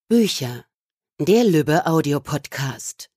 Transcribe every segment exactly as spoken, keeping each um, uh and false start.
Bücher, der Lübbe Audiopodcast.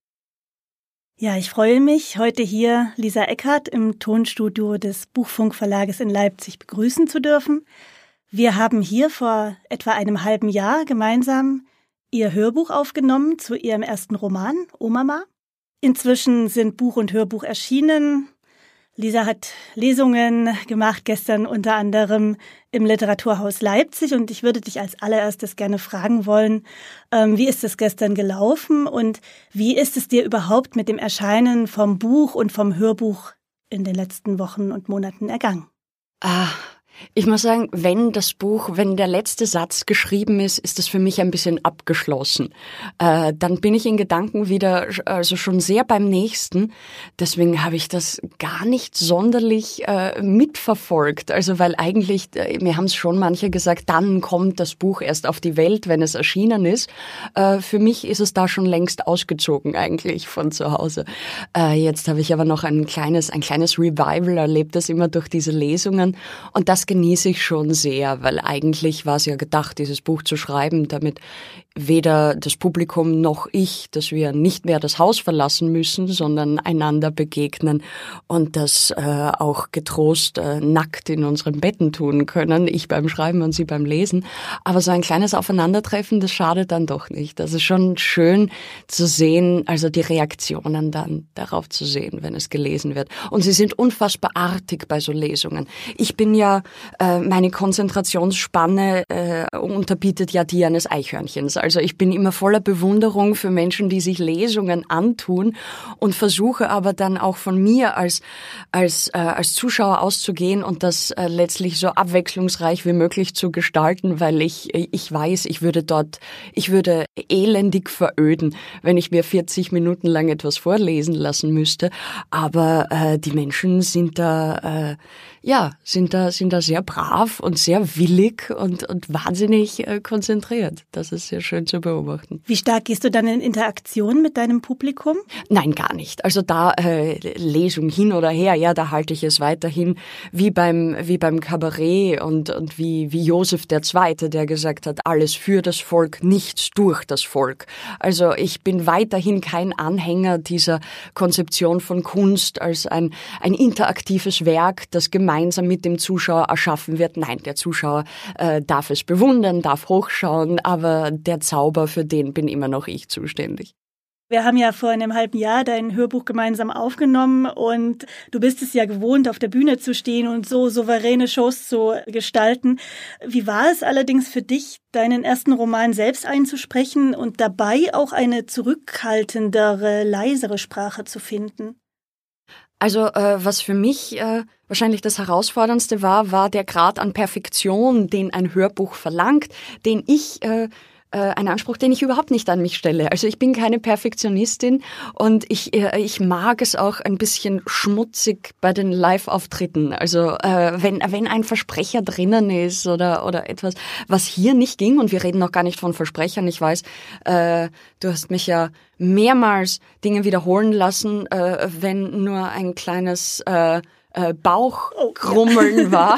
Ja, ich freue mich, heute hier Lisa Eckhardt im Tonstudio des Buchfunk Verlages in Leipzig begrüßen zu dürfen. Wir haben hier vor etwa einem halben Jahr gemeinsam ihr Hörbuch aufgenommen zu ihrem ersten Roman, Omama. Inzwischen sind Buch und Hörbuch erschienen. Lisa hat Lesungen gemacht, gestern unter anderem im Literaturhaus Leipzig. Und ich würde dich als allererstes gerne fragen wollen, ähm, wie ist es gestern gelaufen und wie ist es dir überhaupt mit dem Erscheinen vom Buch und vom Hörbuch in den letzten Wochen und Monaten ergangen? Ah, ich muss sagen, wenn das Buch, wenn der letzte Satz geschrieben ist, ist das für mich ein bisschen abgeschlossen. Äh, dann bin ich in Gedanken wieder, also schon sehr beim nächsten. Deswegen habe ich das gar nicht sonderlich äh, mitverfolgt. Also weil eigentlich, äh, mir haben es schon manche gesagt, dann kommt das Buch erst auf die Welt, wenn es erschienen ist. Äh, für mich ist es da schon längst ausgezogen eigentlich von zu Hause. Äh, jetzt habe ich aber noch ein kleines, ein kleines Revival erlebt, das immer durch diese Lesungen. Und das genieße ich schon sehr, weil eigentlich war es ja gedacht, dieses Buch zu schreiben, damit weder das Publikum noch ich, dass wir nicht mehr das Haus verlassen müssen, sondern einander begegnen und das äh, auch getrost äh, nackt in unseren Betten tun können, ich beim Schreiben und Sie beim Lesen. Aber so ein kleines Aufeinandertreffen, das schadet dann doch nicht. Das ist schon schön zu sehen, also die Reaktionen dann darauf zu sehen, wenn es gelesen wird. Und sie sind unfassbar artig bei so Lesungen. Ich bin ja, äh, meine Konzentrationsspanne äh, unterbietet ja die eines Eichhörnchens. Also ich bin immer voller Bewunderung für Menschen, die sich Lesungen antun und versuche aber dann auch von mir als als äh, als Zuschauer auszugehen und das äh, letztlich so abwechslungsreich wie möglich zu gestalten, weil ich ich weiß, ich würde dort, ich würde elendig veröden, wenn ich mir vierzig Minuten lang etwas vorlesen lassen müsste. Aber äh, die Menschen sind da äh, ja sind da sind da sehr brav und sehr willig und und wahnsinnig äh, konzentriert. Das ist sehr schön zu beobachten. Wie stark gehst du dann in Interaktion mit deinem Publikum? Nein, gar nicht. Also da äh, Lesung hin oder her, ja, da halte ich es weiterhin wie beim wie beim Kabarett und und wie wie Josef der Zweite, der gesagt hat, alles für das Volk, nichts durch das Volk. Also ich bin weiterhin kein Anhänger dieser Konzeption von Kunst als ein ein interaktives Werk, das gemeinsam mit dem Zuschauer erschaffen wird. Nein, der Zuschauer äh, darf es bewundern, darf hochschauen, aber der Zauber, für den bin immer noch ich zuständig. Wir haben ja vor einem halben Jahr dein Hörbuch gemeinsam aufgenommen und du bist es ja gewohnt, auf der Bühne zu stehen und so souveräne Shows zu gestalten. Wie war es allerdings für dich, deinen ersten Roman selbst einzusprechen und dabei auch eine zurückhaltendere, leisere Sprache zu finden? Also äh, was für mich äh, wahrscheinlich das Herausforderndste war, war der Grad an Perfektion, den ein Hörbuch verlangt, den ich äh, ein Anspruch, den ich überhaupt nicht an mich stelle. Also ich bin keine Perfektionistin und ich ich mag es auch ein bisschen schmutzig bei den Live-Auftritten. Also äh, wenn wenn ein Versprecher drinnen ist oder oder etwas, was hier nicht ging, und wir reden noch gar nicht von Versprechern. Ich weiß, äh, du hast mich ja mehrmals Dinge wiederholen lassen, äh, wenn nur ein kleines äh, Äh, Bauchkrummeln war.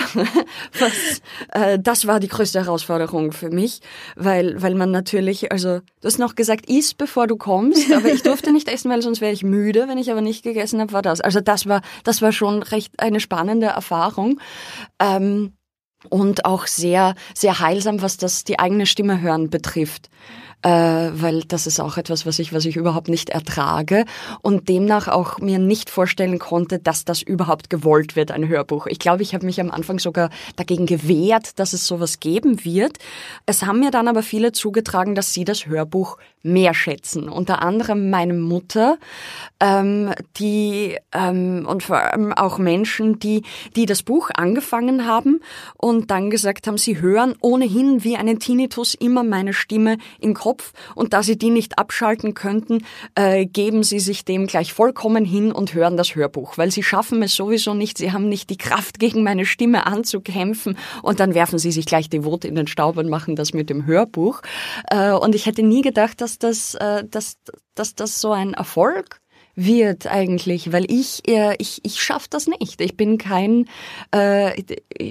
Was, äh, das war die größte Herausforderung für mich, weil weil man natürlich, also du hast noch gesagt, iss bevor du kommst, aber ich durfte nicht essen, weil sonst wäre ich müde. Wenn ich aber nicht gegessen habe, war das. Also das war das war schon recht eine spannende Erfahrung. Ähm, und auch sehr sehr heilsam, was das die eigene Stimme hören betrifft. Äh, weil das ist auch etwas, was ich, was ich überhaupt nicht ertrage und demnach auch mir nicht vorstellen konnte, dass das überhaupt gewollt wird, ein Hörbuch. Ich glaube, ich habe mich am Anfang sogar dagegen gewehrt, dass es sowas geben wird. Es haben mir dann aber viele zugetragen, dass sie das Hörbuch mehr schätzen. Unter anderem meine Mutter, ähm, die ähm, und vor allem auch Menschen, die die das Buch angefangen haben und dann gesagt haben, sie hören ohnehin wie einen Tinnitus immer meine Stimme im Kopf. Und da sie die nicht abschalten könnten, äh, geben sie sich dem gleich vollkommen hin und hören das Hörbuch, weil sie schaffen es sowieso nicht, sie haben nicht die Kraft, gegen meine Stimme anzukämpfen und dann werfen sie sich gleich devot in den Staub und machen das mit dem Hörbuch. Äh, und ich hätte nie gedacht, dass das, äh, dass, dass das so ein Erfolg wird eigentlich, weil ich, äh, ich, ich schaffe das nicht. Ich bin kein, äh, ich,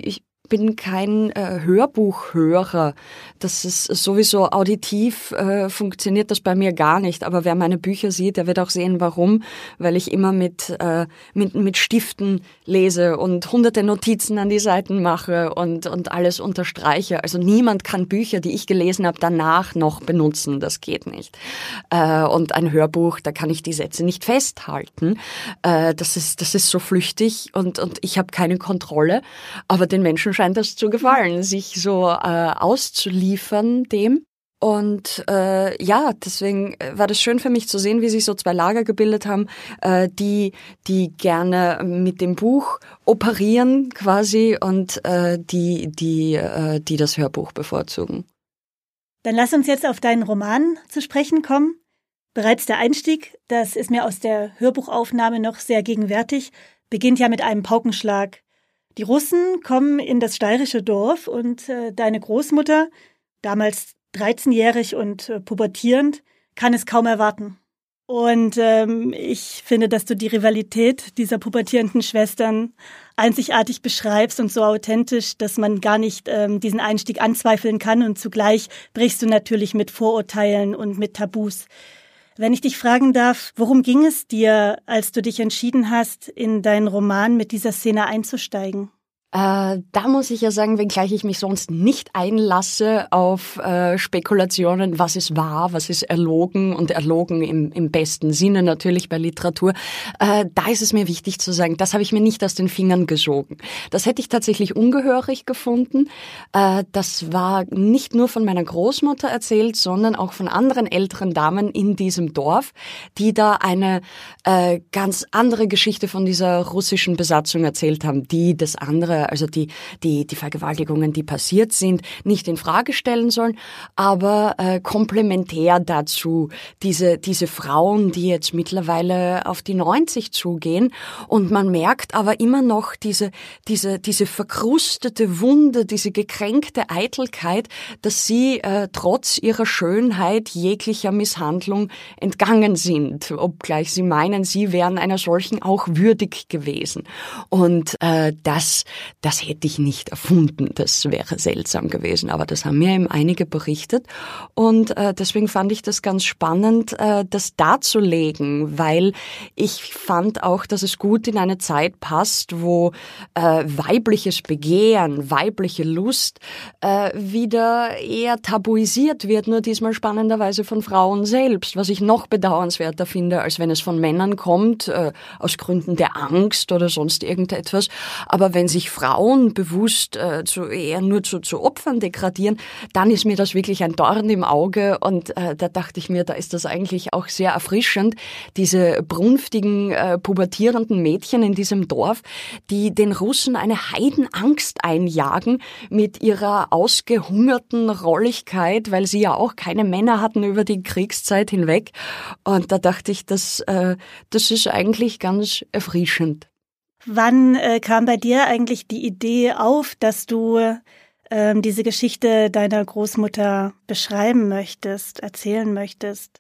bin kein äh, Hörbuchhörer. Das ist sowieso auditiv, äh, funktioniert das bei mir gar nicht. Aber wer meine Bücher sieht, der wird auch sehen, warum. Weil ich immer mit, äh, mit, mit Stiften lese und hunderte Notizen an die Seiten mache und, und alles unterstreiche. Also niemand kann Bücher, die ich gelesen habe, danach noch benutzen. Das geht nicht. Äh, und ein Hörbuch, da kann ich die Sätze nicht festhalten. Äh, das ist, das ist so flüchtig und, und ich habe keine Kontrolle. Aber den Menschen scheint das zu gefallen, sich so äh, auszuliefern dem. Und äh, ja, deswegen war das schön für mich zu sehen, wie sich so zwei Lager gebildet haben, äh, die die gerne mit dem Buch operieren quasi und äh, die die äh, die das Hörbuch bevorzugen. Dann lass uns jetzt auf deinen Roman zu sprechen kommen. Bereits der Einstieg, das ist mir aus der Hörbuchaufnahme noch sehr gegenwärtig, beginnt ja mit einem Paukenschlag. Die Russen kommen in das steirische Dorf und äh, deine Großmutter, damals dreizehnjährig und äh, pubertierend, kann es kaum erwarten. Und ähm, ich finde, dass du die Rivalität dieser pubertierenden Schwestern einzigartig beschreibst und so authentisch, dass man gar nicht ähm, diesen Einstieg anzweifeln kann. Und zugleich brichst du natürlich mit Vorurteilen und mit Tabus. Wenn ich dich fragen darf, worum ging es dir, als du dich entschieden hast, in deinen Roman mit dieser Szene einzusteigen? Äh, da muss ich ja sagen, wenngleich ich mich sonst nicht einlasse auf äh, Spekulationen, was ist wahr, was ist erlogen und erlogen im, im besten Sinne natürlich bei Literatur, äh, da ist es mir wichtig zu sagen, das habe ich mir nicht aus den Fingern gesogen. Das hätte ich tatsächlich ungehörig gefunden. Äh, das war nicht nur von meiner Großmutter erzählt, sondern auch von anderen älteren Damen in diesem Dorf, die da eine äh, ganz andere Geschichte von dieser russischen Besatzung erzählt haben, die das andere, also die, die, die Vergewaltigungen, die passiert sind, nicht in Frage stellen sollen, aber äh, komplementär dazu diese, diese Frauen, die jetzt mittlerweile auf die neunzig zugehen und man merkt aber immer noch diese, diese, diese verkrustete Wunde, diese gekränkte Eitelkeit, dass sie äh, trotz ihrer Schönheit jeglicher Misshandlung entgangen sind, obgleich sie meinen, sie wären einer solchen auch würdig gewesen. Und äh, das Das hätte ich nicht erfunden, das wäre seltsam gewesen, aber das haben mir eben einige berichtet und äh, deswegen fand ich das ganz spannend, äh, das darzulegen, weil ich fand auch, dass es gut in eine Zeit passt, wo äh, weibliches Begehren, weibliche Lust äh, wieder eher tabuisiert wird, nur diesmal spannenderweise von Frauen selbst, was ich noch bedauernswerter finde, als wenn es von Männern kommt, äh, aus Gründen der Angst oder sonst irgendetwas, aber wenn sich Frauen bewusst äh, zu, eher nur zu, zu Opfern degradieren, dann ist mir das wirklich ein Dorn im Auge und äh, da dachte ich mir, da ist das eigentlich auch sehr erfrischend, diese brunftigen, äh, pubertierenden Mädchen in diesem Dorf, die den Russen eine Heidenangst einjagen mit ihrer ausgehungerten Rolligkeit, weil sie ja auch keine Männer hatten über die Kriegszeit hinweg und da dachte ich, das, äh, das ist eigentlich ganz erfrischend. Wann äh, kam bei dir eigentlich die Idee auf, dass du ähm, diese Geschichte deiner Großmutter beschreiben möchtest, erzählen möchtest?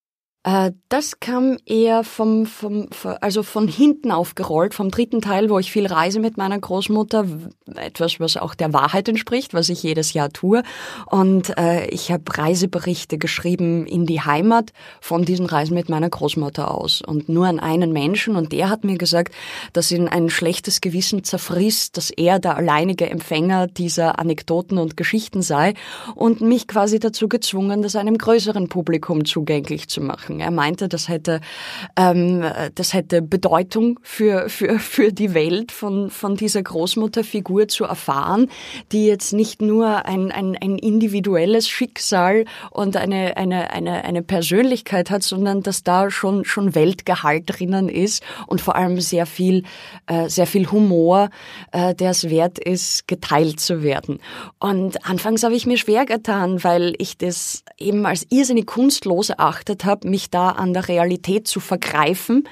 Äh, das kam eher vom, vom, also von hinten aufgerollt, vom dritten Teil, wo ich viel reise mit meiner Großmutter, etwas, was auch der Wahrheit entspricht, was ich jedes Jahr tue. Und äh, ich habe Reiseberichte geschrieben in die Heimat von diesen Reisen mit meiner Großmutter aus und nur an einen Menschen. Und der hat mir gesagt, dass ihn ein schlechtes Gewissen zerfrisst, dass er der alleinige Empfänger dieser Anekdoten und Geschichten sei und mich quasi dazu gezwungen, das einem größeren Publikum zugänglich zu machen. Er meinte, das hätte, ähm, das hätte Bedeutung für, für, für die Welt von, von dieser Großmutterfigur zu erfahren, die jetzt nicht nur ein, ein, ein individuelles Schicksal und eine, eine, eine, eine Persönlichkeit hat, sondern dass da schon, schon Weltgehalt drinnen ist und vor allem sehr viel, äh, sehr viel Humor, äh, der es wert ist, geteilt zu werden. Und anfangs habe ich mir schwer getan, weil ich das eben als irrsinnig kunstlos erachtet habe, mich da an der Realität zu vergreifen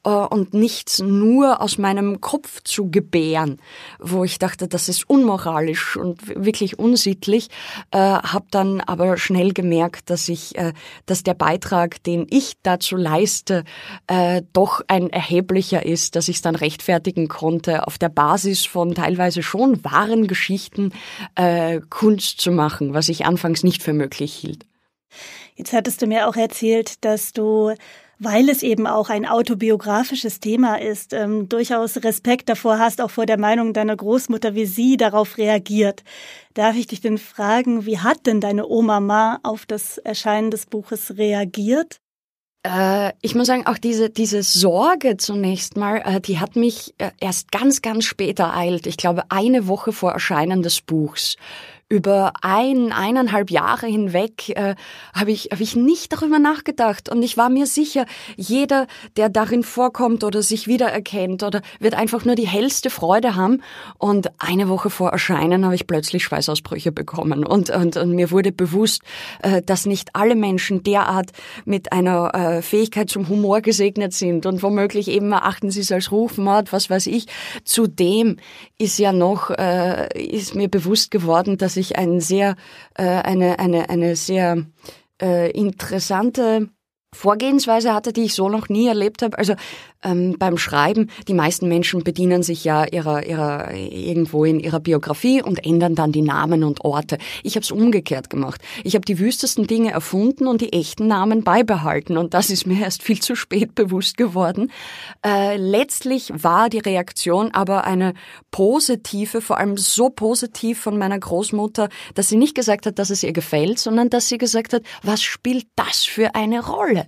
äh, und nichts nur aus meinem Kopf zu gebären, wo ich dachte, das ist unmoralisch und wirklich unsittlich, äh, habe dann aber schnell gemerkt, dass ich, äh, dass der Beitrag, den ich dazu leiste, äh, doch ein erheblicher ist, dass ich es dann rechtfertigen konnte, auf der Basis von teilweise schon wahren Geschichten äh, Kunst zu machen, was ich anfangs nicht für möglich hielt. Jetzt hattest du mir auch erzählt, dass du, weil es eben auch ein autobiografisches Thema ist, ähm, durchaus Respekt davor hast, auch vor der Meinung deiner Großmutter, wie sie darauf reagiert. Darf ich dich denn fragen, wie hat denn deine Oma Ma auf das Erscheinen des Buches reagiert? Äh, ich muss sagen, auch diese diese Sorge zunächst mal, äh, die hat mich äh, erst ganz, ganz spät ereilt. Ich glaube, eine Woche vor Erscheinen des Buchs. Über ein, eineinhalb Jahre hinweg äh, habe ich, hab ich nicht darüber nachgedacht. Und ich war mir sicher, jeder, der darin vorkommt oder sich wiedererkennt oder wird einfach nur die hellste Freude haben. Und eine Woche vor Erscheinen habe ich plötzlich Schweißausbrüche bekommen. Und, und, und mir wurde bewusst, äh, dass nicht alle Menschen derart mit einer äh, Fähigkeit zum Humor gesegnet sind. Und womöglich eben erachten sie es als Rufmord, was weiß ich. Zudem ist ja noch, äh, ist mir bewusst geworden, dass ich ich ein sehr, äh, eine, eine, eine sehr äh, interessante Vorgehensweise hatte, die ich so noch nie erlebt habe. Also ähm, beim Schreiben, die meisten Menschen bedienen sich ja ihrer, ihrer irgendwo in ihrer Biografie und ändern dann die Namen und Orte. Ich habe es umgekehrt gemacht. Ich habe die wüstesten Dinge erfunden und die echten Namen beibehalten. Und das ist mir erst viel zu spät bewusst geworden. Äh, letztlich war die Reaktion aber eine positive, vor allem so positiv von meiner Großmutter, dass sie nicht gesagt hat, dass es ihr gefällt, sondern dass sie gesagt hat, was spielt das für eine Rolle?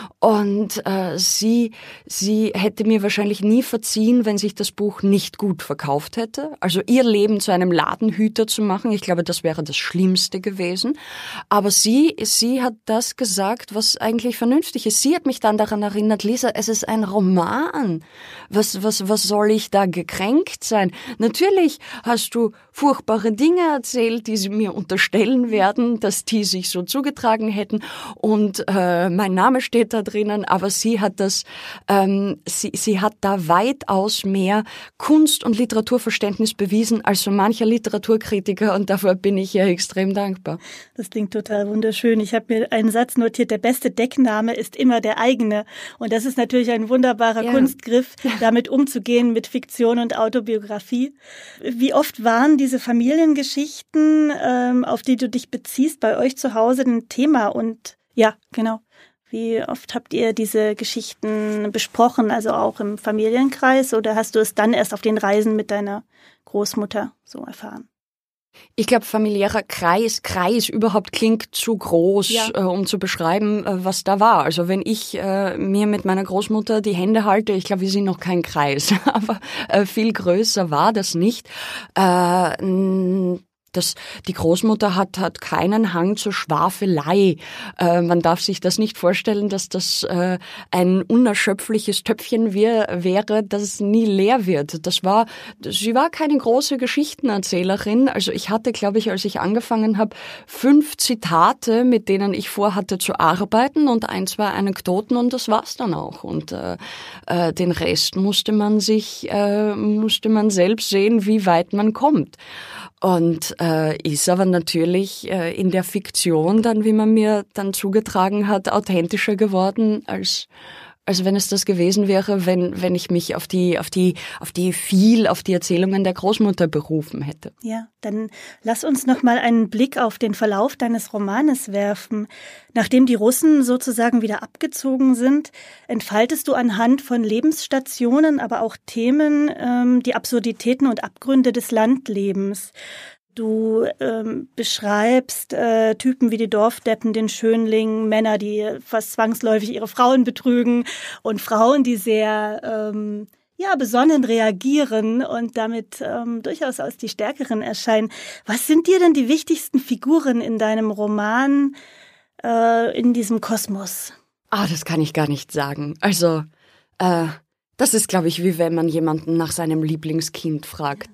Und äh, sie, sie hätte mir wahrscheinlich nie verziehen, wenn sich das Buch nicht gut verkauft hätte. Also ihr Leben zu einem Ladenhüter zu machen, ich glaube, das wäre das Schlimmste gewesen. Aber sie, sie hat das gesagt, was eigentlich vernünftig ist. Sie hat mich dann daran erinnert, Lisa, es ist ein Roman. Was, was, was soll ich da gekränkt sein? Natürlich hast du furchtbare Dinge erzählt, die sie mir unterstellen werden, dass die sich so zugetragen hätten. Und äh, mein Name steht da drinnen, aber sie hat das, ähm, sie, sie hat da weitaus mehr Kunst- und Literaturverständnis bewiesen als so mancher Literaturkritiker und dafür bin ich ihr extrem dankbar. Das klingt total wunderschön. Ich habe mir einen Satz notiert, der beste Deckname ist immer der eigene. Und das ist natürlich ein wunderbarer ja. Kunstgriff, damit umzugehen mit Fiktion und Autobiografie. Wie oft waren diese Familiengeschichten, ähm, auf die du dich beziehst, bei euch zu Hause ein Thema? Und ja, genau. Wie oft habt ihr diese Geschichten besprochen, also auch im Familienkreis, oder hast du es dann erst auf den Reisen mit deiner Großmutter so erfahren? Ich glaube, familiärer Kreis, Kreis überhaupt klingt zu groß, ja. äh, um zu beschreiben, äh, was da war. Also wenn ich äh, mir mit meiner Großmutter die Hände halte, ich glaube, wir sind noch kein Kreis, aber äh, viel größer war das nicht. Äh, n- Das, die Großmutter hat, hat keinen Hang zur Schwafelei. Äh, man darf sich das nicht vorstellen, dass das äh, ein unerschöpfliches Töpfchen wär, wäre, das nie leer wird. Das war, sie war keine große Geschichtenerzählerin. Also ich hatte, glaube ich, als ich angefangen habe, fünf Zitate, mit denen ich vorhatte zu arbeiten und ein, zwei Anekdoten und das war's dann auch. Und äh, äh, den Rest musste man sich, äh, musste man selbst sehen, wie weit man kommt. Und äh, ist aber natürlich äh, in der Fiktion dann, wie man mir dann zugetragen hat, authentischer geworden, als als wenn es das gewesen wäre, wenn wenn ich mich auf die auf die auf die viel auf die Erzählungen der Großmutter berufen hätte. Ja, dann lass uns noch mal einen Blick auf den Verlauf deines Romanes werfen. Nachdem die Russen sozusagen wieder abgezogen sind, entfaltest du anhand von Lebensstationen, aber auch Themen, ähm, die Absurditäten und Abgründe des Landlebens. Du ähm, beschreibst äh, Typen wie die Dorfdeppen, den Schönling, Männer, die fast zwangsläufig ihre Frauen betrügen und Frauen, die sehr ähm, ja besonnen reagieren und damit ähm, durchaus als die Stärkeren erscheinen. Was sind dir denn die wichtigsten Figuren in deinem Roman, äh, in diesem Kosmos? Ah, das kann ich gar nicht sagen. Also, äh, das ist, glaube ich, wie wenn man jemanden nach seinem Lieblingskind fragt.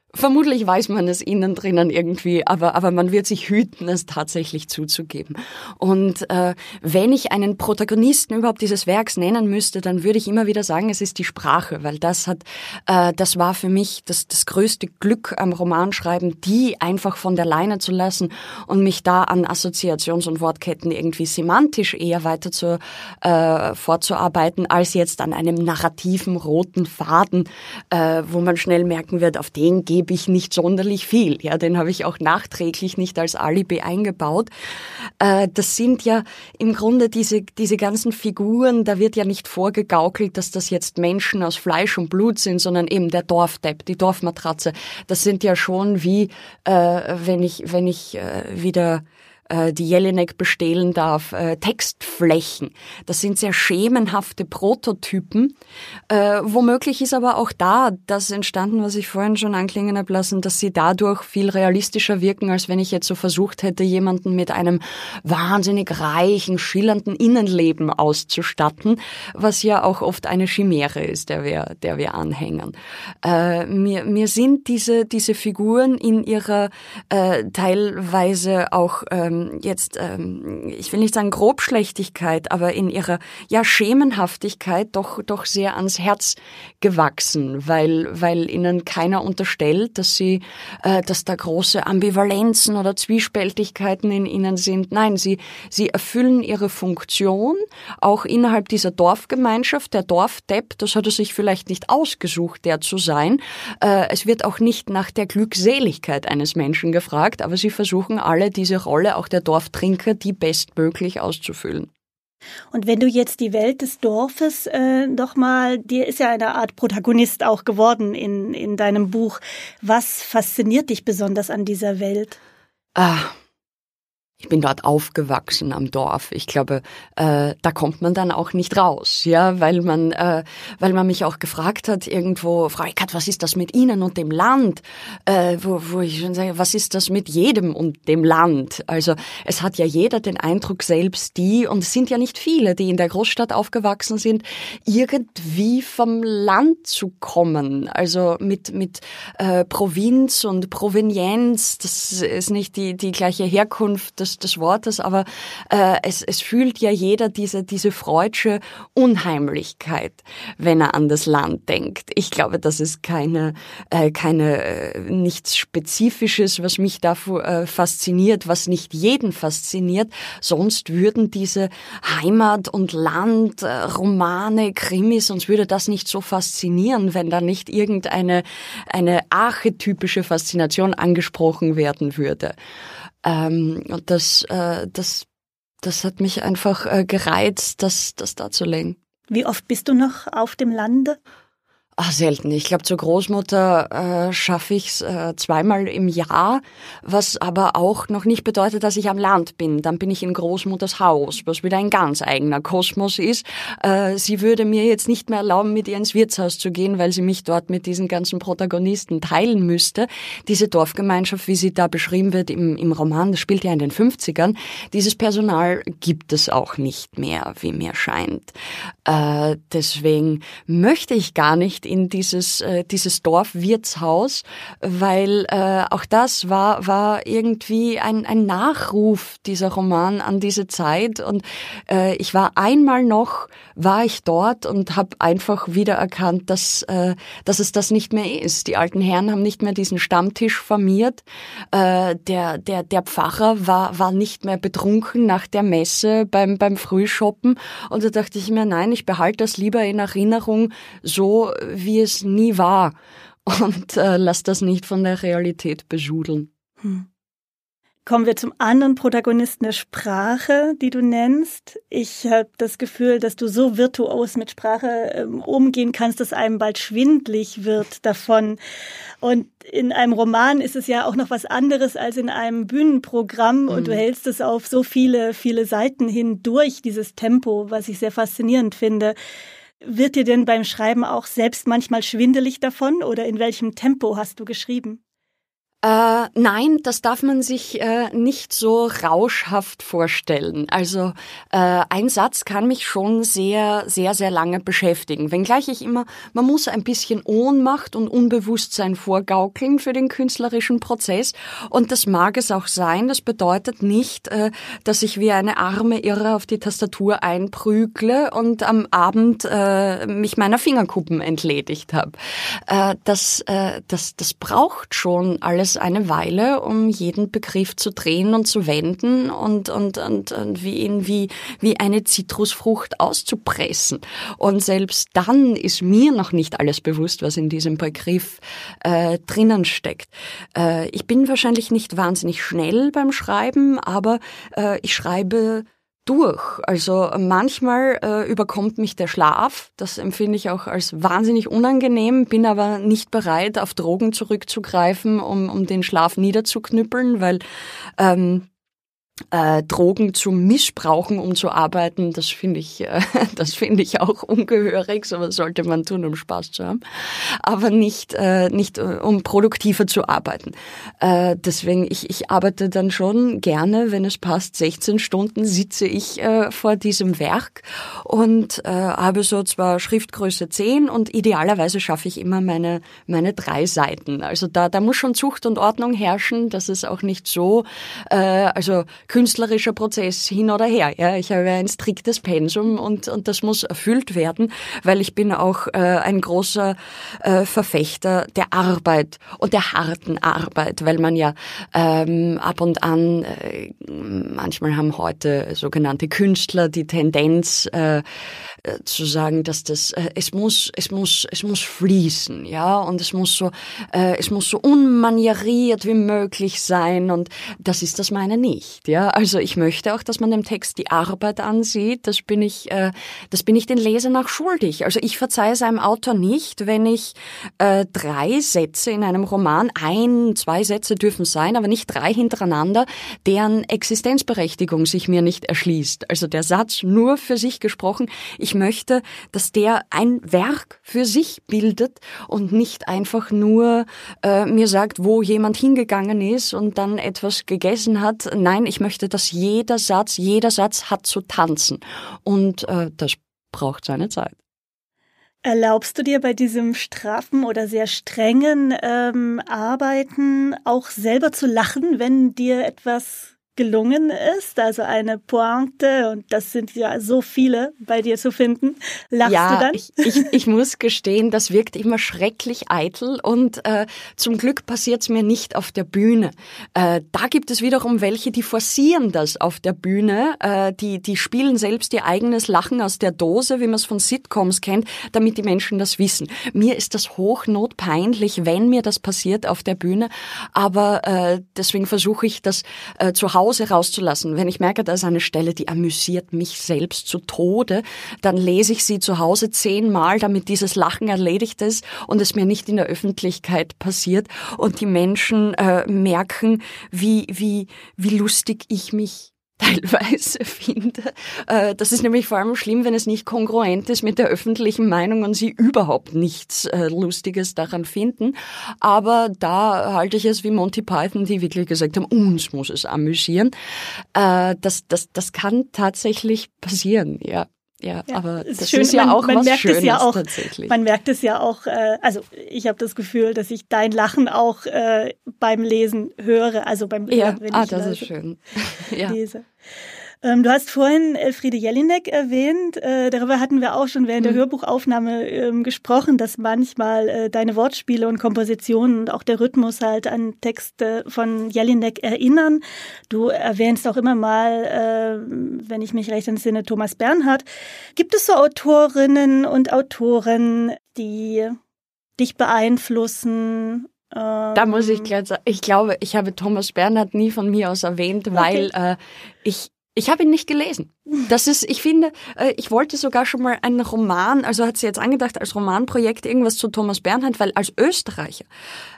Vermutlich weiß man es innen drinnen irgendwie, aber, aber man wird sich hüten, es tatsächlich zuzugeben. Und äh, wenn ich einen Protagonisten überhaupt dieses Werks nennen müsste, dann würde ich immer wieder sagen, es ist die Sprache, weil das hat, äh, das war für mich das, das größte Glück am Romanschreiben, die einfach von der Leine zu lassen und mich da an Assoziations- und Wortketten irgendwie semantisch eher weiter zu, äh, fortzuarbeiten, als jetzt an einem narrativen roten Faden, äh, wo man schnell merken wird, auf den gebe ich nicht sonderlich viel. Ja, den habe ich auch nachträglich nicht als Alibi eingebaut. Äh, das sind ja im Grunde diese, diese ganzen Figuren, da wird ja nicht vorgegaukelt, dass das jetzt Menschen aus Fleisch und Blut sind, sondern eben der Dorfdepp, die Dorfmatratze. Das sind ja schon wie, äh, wenn ich, wenn ich äh, wieder die Jelinek bestehlen darf, äh, Textflächen. Das sind sehr schemenhafte Prototypen. Äh, womöglich ist aber auch da das entstanden, was ich vorhin schon anklingen habe lassen, dass sie dadurch viel realistischer wirken, als wenn ich jetzt so versucht hätte, jemanden mit einem wahnsinnig reichen, schillernden Innenleben auszustatten, was ja auch oft eine Chimäre ist, der wir, der wir anhängen. Äh, mir, mir sind diese, diese Figuren in ihrer äh, teilweise auch ähm, jetzt, ähm, ich will nicht sagen Grobschlechtigkeit, aber in ihrer ja Schemenhaftigkeit doch doch sehr ans Herz gewachsen, weil weil ihnen keiner unterstellt, dass sie, äh, dass da große Ambivalenzen oder Zwiespältigkeiten in ihnen sind. Nein, sie sie erfüllen ihre Funktion auch innerhalb dieser Dorfgemeinschaft. Der Dorfdepp, das hat er sich vielleicht nicht ausgesucht, der zu sein. Äh, es wird auch nicht nach der Glückseligkeit eines Menschen gefragt, aber sie versuchen alle diese Rolle auch der Dorftrinker, die bestmöglich auszufüllen. Und wenn du jetzt die Welt des Dorfes äh, doch mal, dir ist ja eine Art Protagonist auch geworden in, in deinem Buch. Was fasziniert dich besonders an dieser Welt? Ah. Ich bin dort aufgewachsen am Dorf. Ich glaube, äh, da kommt man dann auch nicht raus, ja, weil man, äh, weil man mich auch gefragt hat irgendwo, Frau Eckhardt, was ist das mit Ihnen und dem Land? Äh, wo, wo ich schon sage, was ist das mit jedem und dem Land? Also es hat ja jeder den Eindruck, selbst die, und es sind ja nicht viele, die in der Großstadt aufgewachsen sind, irgendwie vom Land zu kommen. Also mit mit äh, Provinz und Provenienz, das ist nicht die die gleiche Herkunft des, des Wortes, aber äh, es, es fühlt ja jeder diese, diese freudsche Unheimlichkeit, wenn er an das Land denkt. Ich glaube, das ist keine, äh, keine, äh, nichts Spezifisches, was mich da äh, fasziniert, was nicht jeden fasziniert. Sonst würden diese Heimat- und Land, äh, Romane, Krimis, sonst würde das nicht so faszinieren, wenn da nicht irgendeine, eine archetypische Faszination angesprochen werden würde. Ähm, und das, äh, das, das hat mich einfach äh, gereizt, das, das darzulegen. Wie oft bist du noch auf dem Lande? Ach, selten. Ich glaube, zur Großmutter äh, schaffe ich's äh, zweimal im Jahr, was aber auch noch nicht bedeutet, dass ich am Land bin. Dann bin ich in Großmutters Haus, was wieder ein ganz eigener Kosmos ist. Äh, sie würde mir jetzt nicht mehr erlauben, mit ihr ins Wirtshaus zu gehen, weil sie mich dort mit diesen ganzen Protagonisten teilen müsste. Diese Dorfgemeinschaft, wie sie da beschrieben wird im, im Roman, das spielt ja in den fünfzigern, dieses Personal gibt es auch nicht mehr, wie mir scheint. Äh, deswegen möchte ich gar nicht in dieses äh, dieses Dorfwirtshaus, weil äh, auch das war war irgendwie ein ein Nachruf, dieser Roman, an diese Zeit, und äh, ich war einmal noch war ich dort und habe einfach wieder erkannt, dass äh, dass es das nicht mehr ist. Die alten Herren haben nicht mehr diesen Stammtisch formiert. Äh, der der der Pfarrer war war nicht mehr betrunken nach der Messe beim beim Frühschoppen, und da dachte ich mir, nein, ich behalte das lieber in Erinnerung, so wie es nie war, und äh, lass das nicht von der Realität besudeln. Hm. Kommen wir zum anderen Protagonisten der Sprache, die du nennst. Ich habe das Gefühl, dass du so virtuos mit Sprache ähm, umgehen kannst, dass einem bald schwindlig wird davon. Und in einem Roman ist es ja auch noch was anderes als in einem Bühnenprogramm. Mhm. Und du hältst es auf so viele, viele Seiten hindurch, dieses Tempo, was ich sehr faszinierend finde. Wird dir denn beim Schreiben auch selbst manchmal schwindelig davon, oder in welchem Tempo hast du geschrieben? Äh, nein, das darf man sich äh, nicht so rauschhaft vorstellen. Also äh, ein Satz kann mich schon sehr, sehr, sehr lange beschäftigen. Wenngleich ich immer, man muss ein bisschen Ohnmacht und Unbewusstsein vorgaukeln für den künstlerischen Prozess. Und das mag es auch sein. Das bedeutet nicht, äh, dass ich wie eine arme Irre auf die Tastatur einprügle und am Abend äh, mich meiner Fingerkuppen entledigt habe. Äh, das, äh, das, das braucht schon alles eine Weile, um jeden Begriff zu drehen und zu wenden und, und, und, und wie ihn wie, wie eine Zitrusfrucht auszupressen. Und selbst dann ist mir noch nicht alles bewusst, was in diesem Begriff äh, drinnen steckt. Äh, ich bin wahrscheinlich nicht wahnsinnig schnell beim Schreiben, aber äh, ich schreibe durch. Also manchmal äh, überkommt mich der Schlaf. Das empfinde ich auch als wahnsinnig unangenehm, bin aber nicht bereit, auf Drogen zurückzugreifen, um, um den Schlaf niederzuknüppeln, weil ähm, Äh, Drogen zu missbrauchen, um zu arbeiten, das finde ich, äh, das finde ich auch ungehörig. Sowas sollte man tun, um Spaß zu haben, aber nicht, äh, nicht äh, um produktiver zu arbeiten. Äh, deswegen, ich, ich arbeite dann schon gerne, wenn es passt, sechzehn Stunden sitze ich äh, vor diesem Werk und äh, habe so zwar Schriftgröße zehn und idealerweise schaffe ich immer meine meine drei Seiten. Also da da muss schon Zucht und Ordnung herrschen. Das ist auch nicht so, äh, also künstlerischer Prozess hin oder her. Ja, ich habe ein striktes Pensum und und das muss erfüllt werden, weil ich bin auch äh, ein großer äh, Verfechter der Arbeit und der harten Arbeit, weil man ja ähm, ab und an äh, manchmal haben heute sogenannte Künstler die Tendenz äh, zu sagen, dass das äh, es muss es muss es muss fließen, ja, und es muss so äh, es muss so unmanieriert wie möglich sein und das ist das meine nicht, ja. Also ich möchte auch, dass man dem Text die Arbeit ansieht. Das bin ich, äh, das bin ich den Lesern auch schuldig. Also ich verzeihe es einem Autor nicht, wenn ich äh, drei Sätze in einem Roman, ein, zwei Sätze dürfen sein, aber nicht drei hintereinander, deren Existenzberechtigung sich mir nicht erschließt. Also der Satz nur für sich gesprochen. Ich möchte, dass der ein Werk für sich bildet und nicht einfach nur äh, mir sagt, wo jemand hingegangen ist und dann etwas gegessen hat. Nein, ich möchte, dass jeder Satz, jeder Satz hat zu tanzen. Und äh, das braucht seine Zeit. Erlaubst du dir bei diesem straffen oder sehr strengen ähm, Arbeiten auch selber zu lachen, wenn dir etwas gelungen ist, also eine Pointe, und das sind ja so viele bei dir zu finden, lachst ja, du dann? Ich, ich, ich muss gestehen, das wirkt immer schrecklich eitel und äh, zum Glück passiert es mir nicht auf der Bühne. Äh, da gibt es wiederum welche, die forcieren das auf der Bühne, äh, die, die spielen selbst ihr eigenes Lachen aus der Dose, wie man es von Sitcoms kennt, damit die Menschen das wissen. Mir ist das hochnotpeinlich, wenn mir das passiert auf der Bühne, aber äh, deswegen versuche ich das äh, zu Hause rauszulassen. Wenn ich merke, da ist eine Stelle, die amüsiert mich selbst zu Tode, dann lese ich sie zu Hause zehnmal, damit dieses Lachen erledigt ist und es mir nicht in der Öffentlichkeit passiert und die Menschen äh, merken, wie, wie, wie lustig ich mich teilweise finde. Äh, das ist nämlich vor allem schlimm, wenn es nicht kongruent ist mit der öffentlichen Meinung und sie überhaupt nichts äh, Lustiges daran finden. Aber da halte ich es wie Monty Python, die wirklich gesagt haben, uns muss es amüsieren. Äh, das, das, das kann tatsächlich passieren, ja. Ja, ja, aber ist das schön. ist ja man, auch man was merkt Schönes es ja auch, tatsächlich. Man merkt es ja auch, äh, also ich habe das Gefühl, dass ich dein Lachen auch äh, beim Lesen höre, also beim ja, Hören, wenn ah, ich das lese, ist schön. ja. lese. Ähm, du hast vorhin Elfriede Jelinek erwähnt, äh, darüber hatten wir auch schon während mhm. der Hörbuchaufnahme ähm, gesprochen, dass manchmal äh, deine Wortspiele und Kompositionen und auch der Rhythmus halt an Texte von Jelinek erinnern. Du erwähnst auch immer mal, äh, wenn ich mich recht entsinne, Thomas Bernhard. Gibt es so Autorinnen und Autoren, die dich beeinflussen? Ähm Da muss ich gleich sagen, ich glaube, ich habe Thomas Bernhard nie von mir aus erwähnt, weil okay. äh, ich Ich habe ihn nicht gelesen. Das ist, ich finde, ich wollte sogar schon mal einen Roman, also hat sie jetzt angedacht, als Romanprojekt irgendwas zu Thomas Bernhard, weil als Österreicher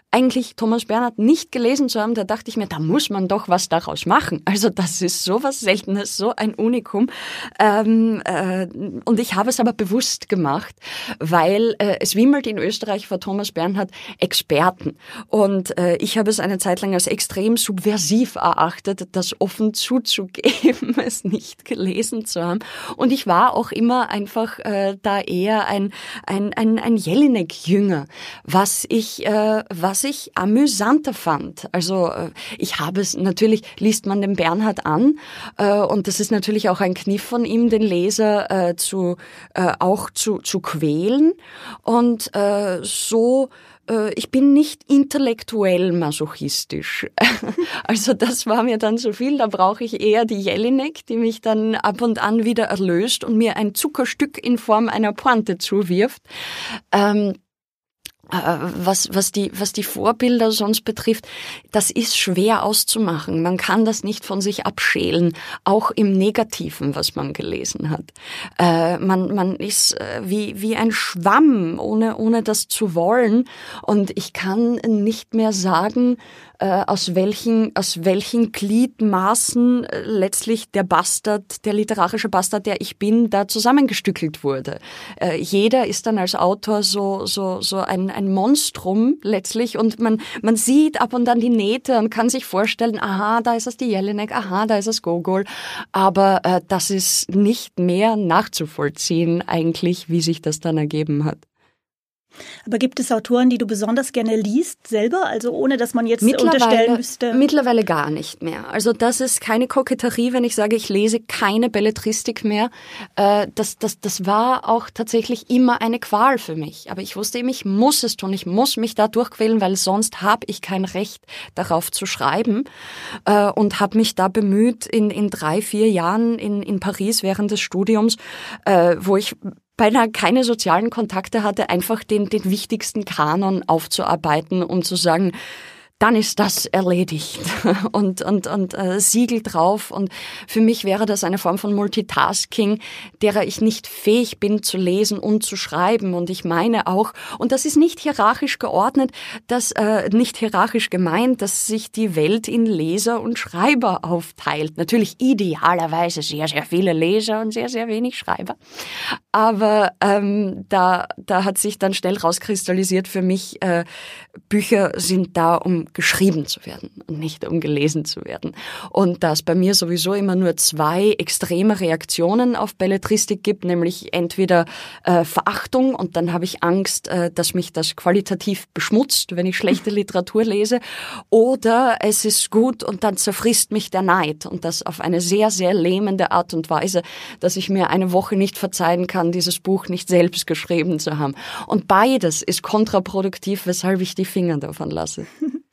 eigentlich Thomas Bernhard nicht gelesen zu haben, da dachte ich mir, da muss man doch was daraus machen. Also das ist so was Seltenes, so ein Unikum. Ähm, äh, und ich habe es aber bewusst gemacht, weil äh, es wimmelt in Österreich vor Thomas Bernhard Experten. Und äh, ich habe es eine Zeit lang als extrem subversiv erachtet, das offen zuzugeben, es nicht gelesen zu haben. Und ich war auch immer einfach äh, da eher ein, ein, ein, ein Jelinek-Jünger, was ich, äh, was ich amüsanter fand. Also äh, ich habe es, natürlich liest man den Bernhard an äh, und das ist natürlich auch ein Kniff von ihm, den Leser äh, zu, äh, auch zu, zu quälen und äh, so ich bin nicht intellektuell masochistisch. Also das war mir dann zu viel. Da brauche ich eher die Jelinek, die mich dann ab und an wieder erlöst und mir ein Zuckerstück in Form einer Pointe zuwirft. Ähm, Was, was die, was die Vorbilder sonst betrifft, das ist schwer auszumachen. Man kann das nicht von sich abschälen, auch im Negativen, was man gelesen hat. Äh, man, man ist äh, wie, wie ein Schwamm, ohne, ohne das zu wollen. Und ich kann nicht mehr sagen, äh, aus welchen, aus welchen Gliedmaßen äh, letztlich der Bastard, der literarische Bastard, der ich bin, da zusammengestückelt wurde. Äh, jeder ist dann als Autor so, so, so ein, ein Monstrum letztlich und man, man sieht ab und an die Nähte und kann sich vorstellen, aha, da ist es die Jelinek, aha, da ist es Gogol. Aber äh, das ist nicht mehr nachzuvollziehen eigentlich, wie sich das dann ergeben hat. Aber gibt es Autoren, die du besonders gerne liest, selber? Also ohne, dass man jetzt unterstellen müsste? Mittlerweile gar nicht mehr. Also das ist keine Koketterie, wenn ich sage, ich lese keine Belletristik mehr. Das, das, das war auch tatsächlich immer eine Qual für mich. Aber ich wusste eben, ich muss es tun. Ich muss mich da durchquälen, weil sonst habe ich kein Recht, darauf zu schreiben. Und habe mich da bemüht, in, in drei, vier Jahren in, in Paris während des Studiums, wo ich beinahe keine sozialen Kontakte hatte, einfach den, den wichtigsten Kanon aufzuarbeiten, um zu sagen, dann ist das erledigt und und und äh, Siegel drauf. Und für mich wäre das eine Form von Multitasking, derer ich nicht fähig bin zu lesen und zu schreiben. Und ich meine auch, und das ist nicht hierarchisch geordnet, das äh, nicht hierarchisch gemeint, dass sich die Welt in Leser und Schreiber aufteilt. Natürlich idealerweise sehr, sehr viele Leser und sehr, sehr wenig Schreiber. Aber ähm, da da hat sich dann schnell rauskristallisiert für mich, äh, Bücher sind da, um geschrieben zu werden und nicht um gelesen zu werden. Und da es bei mir sowieso immer nur zwei extreme Reaktionen auf Belletristik gibt, nämlich entweder äh, Verachtung und dann habe ich Angst, äh, dass mich das qualitativ beschmutzt, wenn ich schlechte Literatur lese, oder es ist gut und dann zerfrisst mich der Neid und das auf eine sehr, sehr lähmende Art und Weise, dass ich mir eine Woche nicht verzeihen kann, dieses Buch nicht selbst geschrieben zu haben. Und beides ist kontraproduktiv, weshalb ich die Finger davon lasse.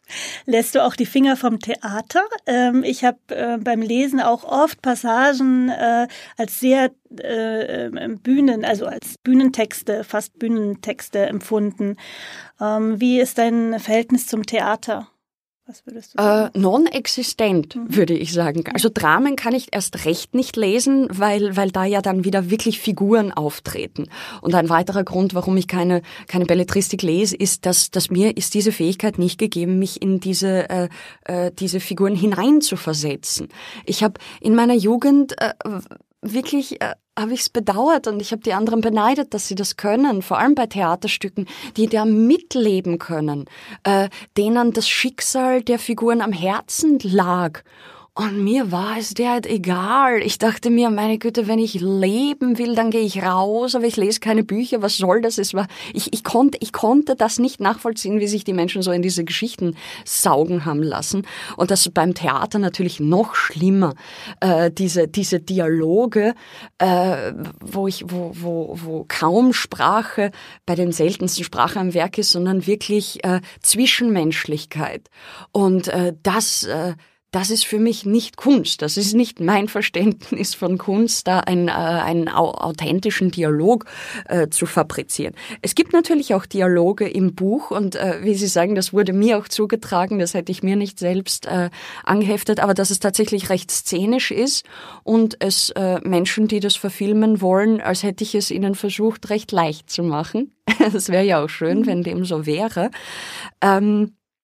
Lässt du auch die Finger vom Theater? Ähm, ich habe äh, beim Lesen auch oft Passagen äh, als sehr äh, Bühnen, also als Bühnentexte, fast Bühnentexte empfunden. Ähm, wie ist dein Verhältnis zum Theater? Was würdest du sagen? Äh, non-existent, mhm. würde ich sagen. Also Dramen kann ich erst recht nicht lesen, weil weil da ja dann wieder wirklich Figuren auftreten. Und ein weiterer Grund, warum ich keine keine Belletristik lese, ist, dass dass mir ist diese Fähigkeit nicht gegeben, mich in diese äh, äh, diese Figuren hineinzuversetzen. Ich habe in meiner Jugend äh, wirklich äh, habe ich es bedauert und ich habe die anderen beneidet, dass sie das können, vor allem bei Theaterstücken, die da mitleben können, äh, denen das Schicksal der Figuren am Herzen lag. Und mir war es derart egal. Ich dachte mir, meine Güte, wenn ich leben will, dann gehe ich raus, aber ich lese keine Bücher. Was soll das? Es war, ich, ich konnte, ich konnte das nicht nachvollziehen, wie sich die Menschen so in diese Geschichten saugen haben lassen. Und das beim Theater natürlich noch schlimmer. Äh, diese, diese Dialoge, äh, wo ich, wo, wo, wo kaum Sprache bei den seltensten Sprachen am Werk ist, sondern wirklich äh, Zwischenmenschlichkeit. Und äh, das, äh, Das ist für mich nicht Kunst. Das ist nicht mein Verständnis von Kunst, da einen, äh, einen authentischen Dialog äh, zu fabrizieren. Es gibt natürlich auch Dialoge im Buch und äh, wie Sie sagen, das wurde mir auch zugetragen, das hätte ich mir nicht selbst äh, angeheftet, aber dass es tatsächlich recht szenisch ist und es äh, Menschen, die das verfilmen wollen, als hätte ich es ihnen versucht, recht leicht zu machen. Das wäre ja auch schön, wenn dem so wäre. Ähm,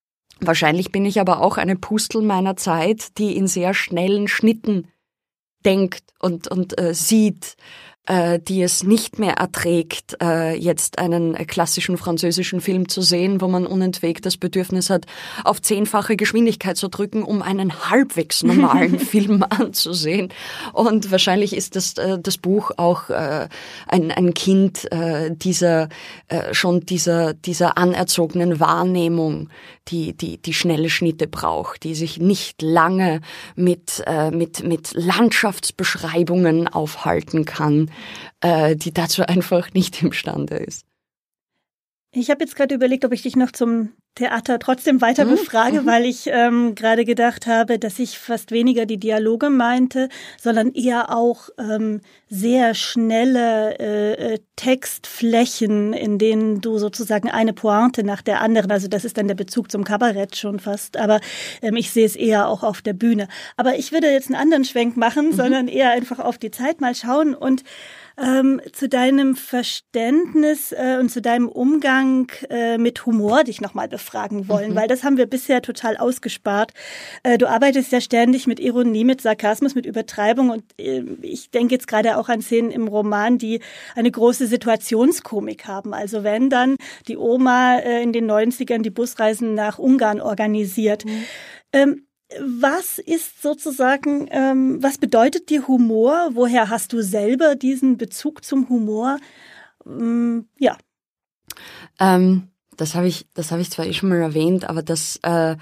Wahrscheinlich bin ich aber auch eine Pustel meiner Zeit, die in sehr schnellen Schnitten denkt und, und äh, sieht, äh, die es nicht mehr erträgt, äh, jetzt einen äh, klassischen französischen Film zu sehen, wo man unentwegt das Bedürfnis hat, auf zehnfache Geschwindigkeit zu drücken, um einen halbwegs normalen Film anzusehen. Und wahrscheinlich ist das, äh, das Buch auch äh, ein, ein Kind äh, dieser äh, schon dieser dieser anerzogenen Wahrnehmung, die die die schnelle Schnitte braucht, die sich nicht lange mit äh, mit mit Landschaftsbeschreibungen aufhalten kann, äh, die dazu einfach nicht imstande ist. Ich habe jetzt gerade überlegt, ob ich dich noch zum Theater trotzdem weiter Mhm. befrage, Mhm. weil ich ähm, gerade gedacht habe, dass ich fast weniger die Dialoge meinte, sondern eher auch ähm, sehr schnelle äh, Textflächen, in denen du sozusagen eine Pointe nach der anderen, also das ist dann der Bezug zum Kabarett schon fast, aber ähm, ich sehe es eher auch auf der Bühne. Aber ich würde jetzt einen anderen Schwenk machen, Mhm. sondern eher einfach auf die Zeit mal schauen und Ähm, zu deinem Verständnis äh, und zu deinem Umgang äh, mit Humor dich nochmal befragen wollen, Mhm. weil das haben wir bisher total ausgespart. Äh, du arbeitest ja ständig mit Ironie, mit Sarkasmus, mit Übertreibung und äh, ich denke jetzt gerade auch an Szenen im Roman, die eine große Situationskomik haben. Also wenn dann die Oma äh, in den neunzigern die Busreisen nach Ungarn organisiert. Mhm. Ähm, Was ist sozusagen, ähm, was bedeutet dir Humor? Woher hast du selber diesen Bezug zum Humor? Ähm, ja. Ähm, das habe ich, das habe ich zwar eh schon mal erwähnt, aber das, äh,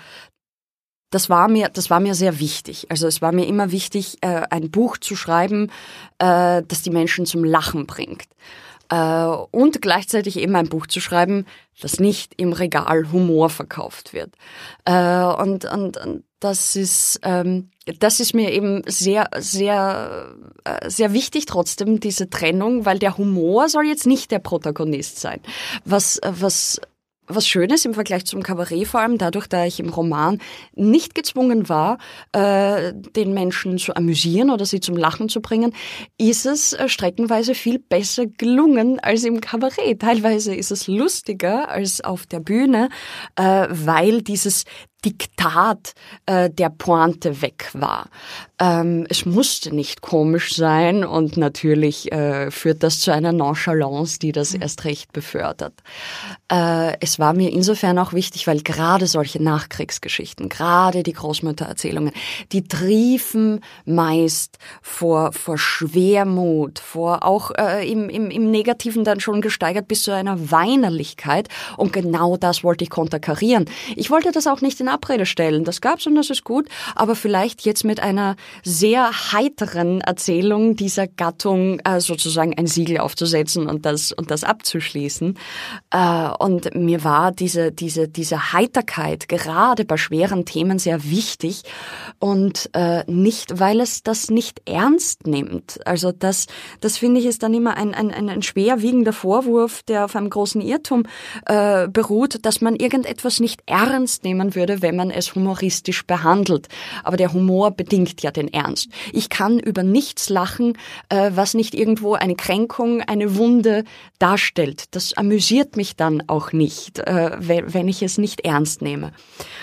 das war mir, das war mir sehr wichtig. Also es war mir immer wichtig, äh, ein Buch zu schreiben, äh, das die Menschen zum Lachen bringt. Äh, und gleichzeitig eben ein Buch zu schreiben, das nicht im Regal Humor verkauft wird. Äh, und, und, und das ist, ähm, das ist mir eben sehr, sehr, äh, sehr wichtig trotzdem, diese Trennung, weil der Humor soll jetzt nicht der Protagonist sein. Was, was, was Schönes im Vergleich zum Kabarett, vor allem dadurch, da ich im Roman nicht gezwungen war, äh, den Menschen zu amüsieren oder sie zum Lachen zu bringen, ist es äh, streckenweise viel besser gelungen als im Kabarett. Teilweise ist es lustiger als auf der Bühne, äh, weil dieses Diktat äh, der Pointe weg war. Ähm, es musste nicht komisch sein und natürlich äh, führt das zu einer Nonchalance, die das erst recht befördert. Äh, es war mir insofern auch wichtig, weil gerade solche Nachkriegsgeschichten, gerade die Großmüttererzählungen, die triefen meist vor, vor Schwermut, vor auch äh, im, im, im Negativen dann schon gesteigert bis zu einer Weinerlichkeit und genau das wollte ich konterkarieren. Ich wollte das auch nicht in Abrede stellen. Das gab's und das ist gut, aber vielleicht jetzt mit einer sehr heiteren Erzählung dieser Gattung äh, sozusagen ein Siegel aufzusetzen und das und das abzuschließen. Äh, und mir war diese diese diese Heiterkeit gerade bei schweren Themen sehr wichtig und äh, nicht, weil es das nicht ernst nimmt. Also das das finde ich ist dann immer ein ein ein, ein schwerwiegender Vorwurf, der auf einem großen Irrtum äh, beruht, dass man irgendetwas nicht ernst nehmen würde, wenn man es humoristisch behandelt. Aber der Humor bedingt ja den Ernst. Ich kann über nichts lachen, äh, was nicht irgendwo eine Kränkung, eine Wunde darstellt. Das amüsiert mich dann auch nicht, äh, wenn ich es nicht ernst nehme.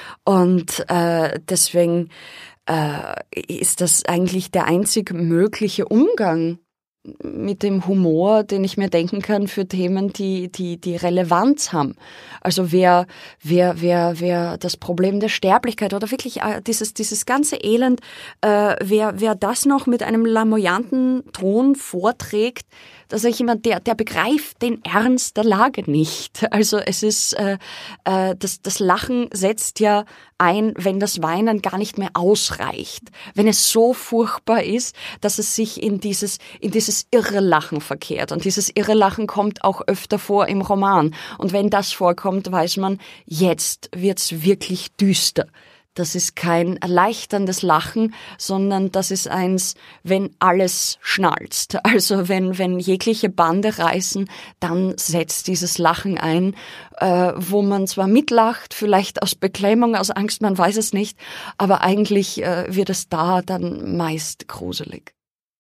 Und äh, deswegen äh, ist das eigentlich der einzig mögliche Umgang mit dem Humor, den ich mir denken kann für Themen, die die die Relevanz haben. Also wer wer wer wer das Problem der Sterblichkeit oder wirklich äh, dieses dieses ganze Elend, äh, wer wer das noch mit einem lamoyanten Ton vorträgt, dass ich jemand, der der begreift den Ernst der Lage nicht. Also es ist äh, äh, das das Lachen setzt ja ein, wenn das Weinen gar nicht mehr ausreicht, wenn es so furchtbar ist, dass es sich in dieses in dieses irre Lachen verkehrt. Und dieses irre Lachen kommt auch öfter vor im Roman. Und wenn das vorkommt, weiß man, jetzt wird's wirklich düster. Das ist kein erleichterndes Lachen, sondern das ist eins, wenn alles schnalzt. Also wenn wenn jegliche Bande reißen, dann setzt dieses Lachen ein, äh, wo man zwar mitlacht, vielleicht aus Beklemmung, aus Angst, man weiß es nicht, aber eigentlich äh, wird es da dann meist gruselig.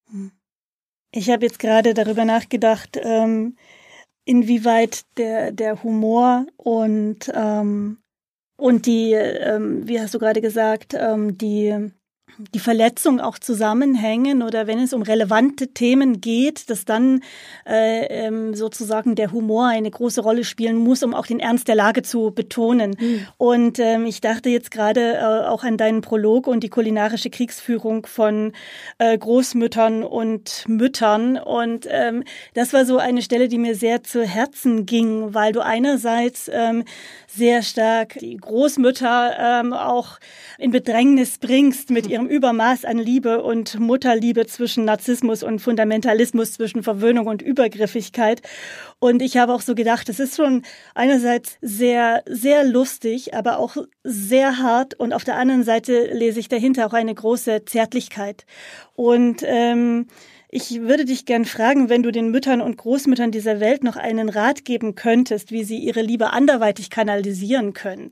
Ich habe jetzt gerade darüber nachgedacht, ähm, inwieweit der der Humor und ähm, und die, ähm, wie hast du gerade gesagt, ähm, die die Verletzung auch zusammenhängen oder wenn es um relevante Themen geht, dass dann äh, ähm, sozusagen der Humor eine große Rolle spielen muss, um auch den Ernst der Lage zu betonen. Mhm. Und ähm, ich dachte jetzt gerade äh, auch an deinen Prolog und die kulinarische Kriegsführung von äh, Großmüttern und Müttern. Und ähm, das war so eine Stelle, die mir sehr zu Herzen ging, weil du einerseits ähm, sehr stark die Großmütter ähm, auch in Bedrängnis bringst mit ihrem Übermaß an Liebe und Mutterliebe zwischen Narzissmus und Fundamentalismus, zwischen Verwöhnung und Übergriffigkeit. Und ich habe auch so gedacht, es ist schon einerseits sehr, sehr lustig, aber auch sehr hart. Und auf der anderen Seite lese ich dahinter auch eine große Zärtlichkeit. Und ähm, ich würde dich gern fragen, wenn du den Müttern und Großmüttern dieser Welt noch einen Rat geben könntest, wie sie ihre Liebe anderweitig kanalisieren können,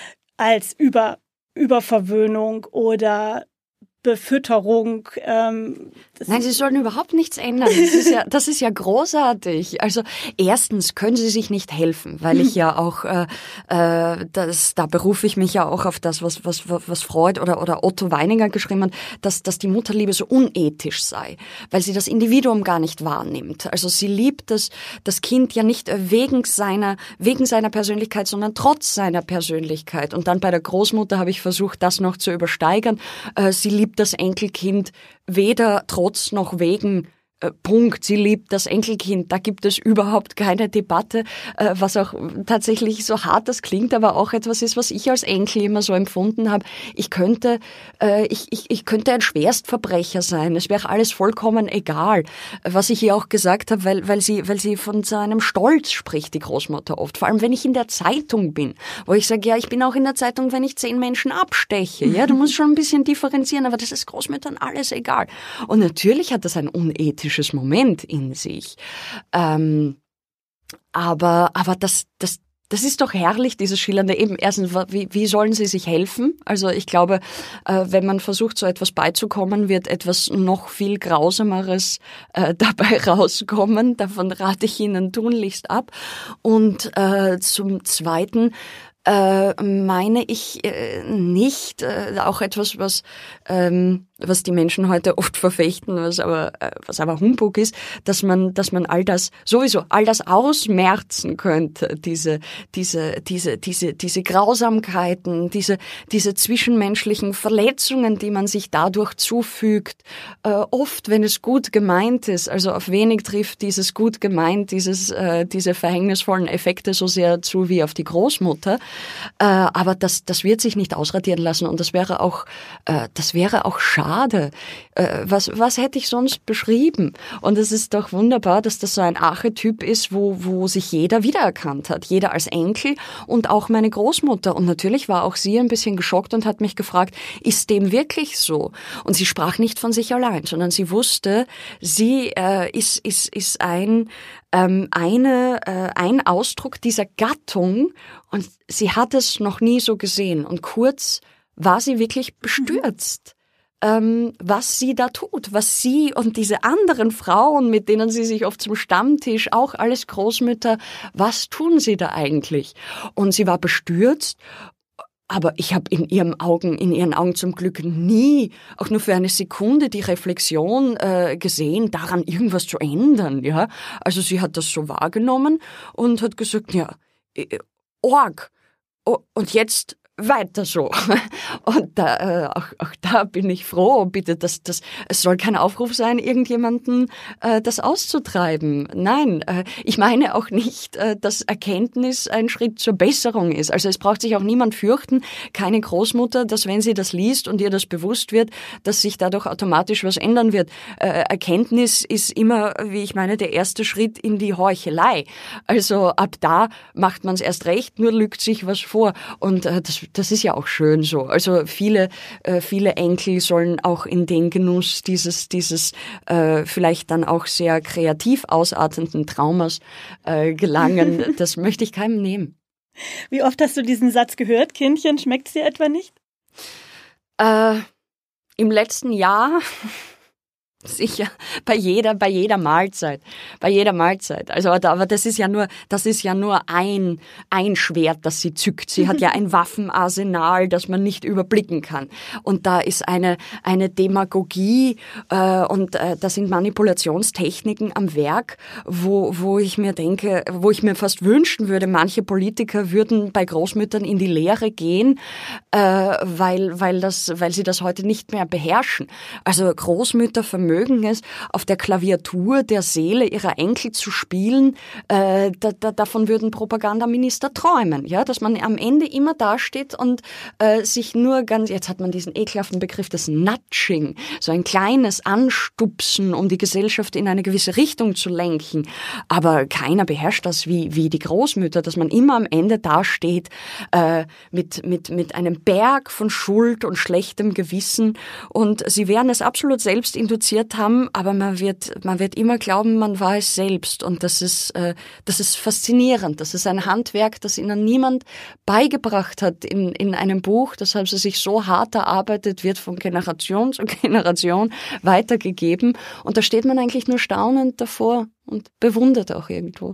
als über Überverwöhnung oder Befütterung. Ähm, Nein, sie sollen überhaupt nichts ändern. Das ist ja, das ist ja großartig. Also erstens können sie sich nicht helfen, weil ich ja auch, äh, äh, das, da berufe ich mich ja auch auf das, was was was Freud oder oder Otto Weininger geschrieben hat, dass dass die Mutterliebe so unethisch sei, weil sie das Individuum gar nicht wahrnimmt. Also sie liebt das das Kind ja nicht wegen seiner wegen seiner Persönlichkeit, sondern trotz seiner Persönlichkeit. Und dann bei der Großmutter habe ich versucht, das noch zu übersteigern. Äh, sie liebt das Enkelkind weder trotz noch wegen äh, Punkt. Sie liebt das Enkelkind. Da gibt es überhaupt keine Debatte, äh, was auch tatsächlich so hart das klingt, aber auch etwas ist, was ich als Enkel immer so empfunden habe. Ich könnte, äh, ich, ich, ich könnte ein Schwerstverbrecher sein. Es wäre alles vollkommen egal, was ich ihr auch gesagt habe, weil, weil sie, weil sie von so einem Stolz spricht, die Großmutter oft. Vor allem, wenn ich in der Zeitung bin, wo ich sage, ja, ich bin auch in der Zeitung, wenn ich zehn Menschen absteche. Ja, du musst schon ein bisschen differenzieren, aber das ist Großmüttern alles egal. Und natürlich hat das ein unethisches Moment in sich. Ähm, aber, aber das, das, das ist doch herrlich, dieses Schillernde. Eben erstens, wie, wie sollen sie sich helfen? Also ich glaube, äh, wenn man versucht, so etwas beizukommen, wird etwas noch viel Grausameres äh, dabei rauskommen. Davon rate ich Ihnen tunlichst ab. Und äh, zum Zweiten, äh, meine ich äh, nicht, äh, auch etwas, was ähm, was die Menschen heute oft verfechten, was aber äh, was aber Humbug ist, dass man dass man all das sowieso all das ausmerzen könnte, diese diese diese diese diese Grausamkeiten, diese diese zwischenmenschlichen Verletzungen, die man sich dadurch zufügt, äh, oft wenn es gut gemeint ist, also auf wenig trifft dieses gut gemeint, dieses äh, diese verhängnisvollen Effekte so sehr zu wie auf die Großmutter, äh, aber das das wird sich nicht ausradieren lassen und das wäre auch äh, das wäre auch schade. Schade. Was, was hätte ich sonst beschrieben? Und es ist doch wunderbar, dass das so ein Archetyp ist, wo, wo sich jeder wiedererkannt hat. Jeder als Enkel und auch meine Großmutter. Und natürlich war auch sie ein bisschen geschockt und hat mich gefragt, ist dem wirklich so? Und sie sprach nicht von sich allein, sondern sie wusste, sie äh, ist, ist, ist ein, ähm, eine, äh, ein Ausdruck dieser Gattung und sie hat es noch nie so gesehen. Und kurz war sie wirklich bestürzt. Ähm, was sie da tut, was sie und diese anderen Frauen, mit denen sie sich oft zum Stammtisch, auch alles Großmütter, was tun sie da eigentlich? Und sie war bestürzt, aber ich habe in ihren Augen, in ihren Augen zum Glück nie, auch nur für eine Sekunde, die Reflexion äh, gesehen, daran irgendwas zu ändern. Ja, also sie hat das so wahrgenommen und hat gesagt, ja, äh, Org, oh, und jetzt weiter so. Und da, äh, auch, auch da bin ich froh, bitte, dass das, es soll kein Aufruf sein, irgendjemanden äh, das auszutreiben. Nein, äh, ich meine auch nicht, äh, dass Erkenntnis ein Schritt zur Besserung ist. Also es braucht sich auch niemand fürchten, keine Großmutter, dass wenn sie das liest und ihr das bewusst wird, dass sich dadurch automatisch was ändern wird. Äh, Erkenntnis ist immer, wie ich meine, der erste Schritt in die Heuchelei. Also ab da macht man es erst recht, nur lügt sich was vor. Und äh, das Das ist ja auch schön so. Also viele, äh, viele Enkel sollen auch in den Genuss dieses, dieses äh, vielleicht dann auch sehr kreativ ausartenden Traumas äh, gelangen. Das möchte ich keinem nehmen. Wie oft hast du diesen Satz gehört? Kindchen, schmeckt's dir etwa nicht? Äh, im letzten Jahr Sicher, bei jeder, bei jeder Mahlzeit, bei jeder Mahlzeit. Also, aber das ist ja nur, das ist ja nur ein, ein Schwert, das sie zückt. Sie hat ja ein Waffenarsenal, das man nicht überblicken kann. Und da ist eine, eine Demagogie, äh, und äh, da sind Manipulationstechniken am Werk, wo, wo ich mir denke, wo ich mir fast wünschen würde, manche Politiker würden bei Großmüttern in die Lehre gehen, äh, weil, weil das, weil sie das heute nicht mehr beherrschen. Also, Großmütter vermögen mögen es, auf der Klaviatur der Seele ihrer Enkel zu spielen, äh, da, da, davon würden Propagandaminister träumen, ja, dass man am Ende immer dasteht und äh, sich nur ganz, jetzt hat man diesen ekelhaften Begriff des Nudging, so ein kleines Anstupsen, um die Gesellschaft in eine gewisse Richtung zu lenken, aber keiner beherrscht das wie, wie die Großmütter, dass man immer am Ende dasteht äh, mit, mit, mit einem Berg von Schuld und schlechtem Gewissen und sie werden es absolut selbst induziert haben, aber man wird, man wird immer glauben, man war es selbst und das ist, äh, das ist faszinierend. Das ist ein Handwerk, das ihnen niemand beigebracht hat in, in einem Buch, das haben sie sich so hart erarbeitet, wird von Generation zu Generation weitergegeben und da steht man eigentlich nur staunend davor und bewundert auch irgendwo.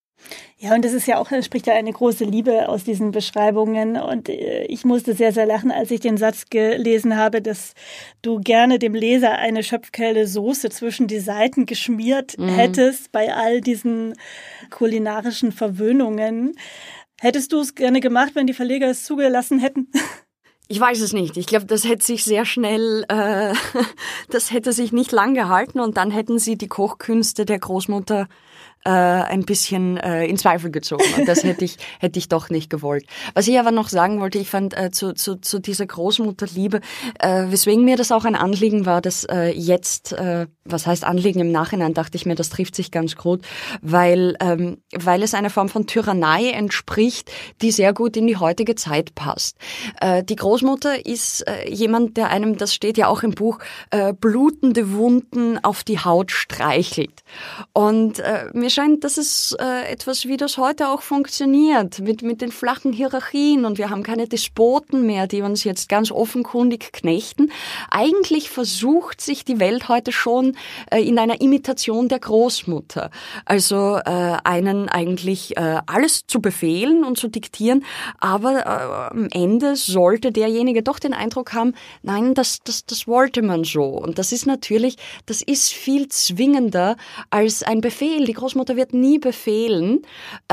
Ja, und das ist ja auch, das spricht ja eine große Liebe aus diesen Beschreibungen. Und ich musste sehr, sehr lachen, als ich den Satz gelesen habe, dass du gerne dem Leser eine Schöpfkelle Soße zwischen die Seiten geschmiert mhm. hättest bei all diesen kulinarischen Verwöhnungen. Hättest du es gerne gemacht, wenn die Verleger es zugelassen hätten? Ich weiß es nicht. Ich glaube, das hätte sich sehr schnell, äh, das hätte sich nicht lang gehalten und dann hätten sie die Kochkünste der Großmutter äh, ein bisschen äh, in Zweifel gezogen. Und das hätte ich hätte ich doch nicht gewollt. Was ich aber noch sagen wollte, ich fand äh, zu, zu, zu dieser Großmutterliebe, äh, weswegen mir das auch ein Anliegen war, dass äh, jetzt, äh, was heißt Anliegen im Nachhinein, dachte ich mir, das trifft sich ganz gut, weil, ähm, weil es einer Form von Tyrannei entspricht, die sehr gut in die heutige Zeit passt. Äh, die Großmutter ist äh, jemand, der einem, das steht ja auch im Buch, äh, blutende Wunden auf die Haut streichelt. Und äh, mir scheint, das ist äh, etwas, wie das heute auch funktioniert, mit, mit den flachen Hierarchien und wir haben keine Despoten mehr, die uns jetzt ganz offenkundig knechten. Eigentlich versucht sich die Welt heute schon äh, in einer Imitation der Großmutter. Also äh, einen eigentlich äh, alles zu befehlen und zu diktieren, aber äh, am Ende sollte derjenige doch den Eindruck haben, nein, das, das, das wollte man so. Und das ist natürlich, das ist viel zwingender als ein Befehl. Die Großmutter wird nie befehlen,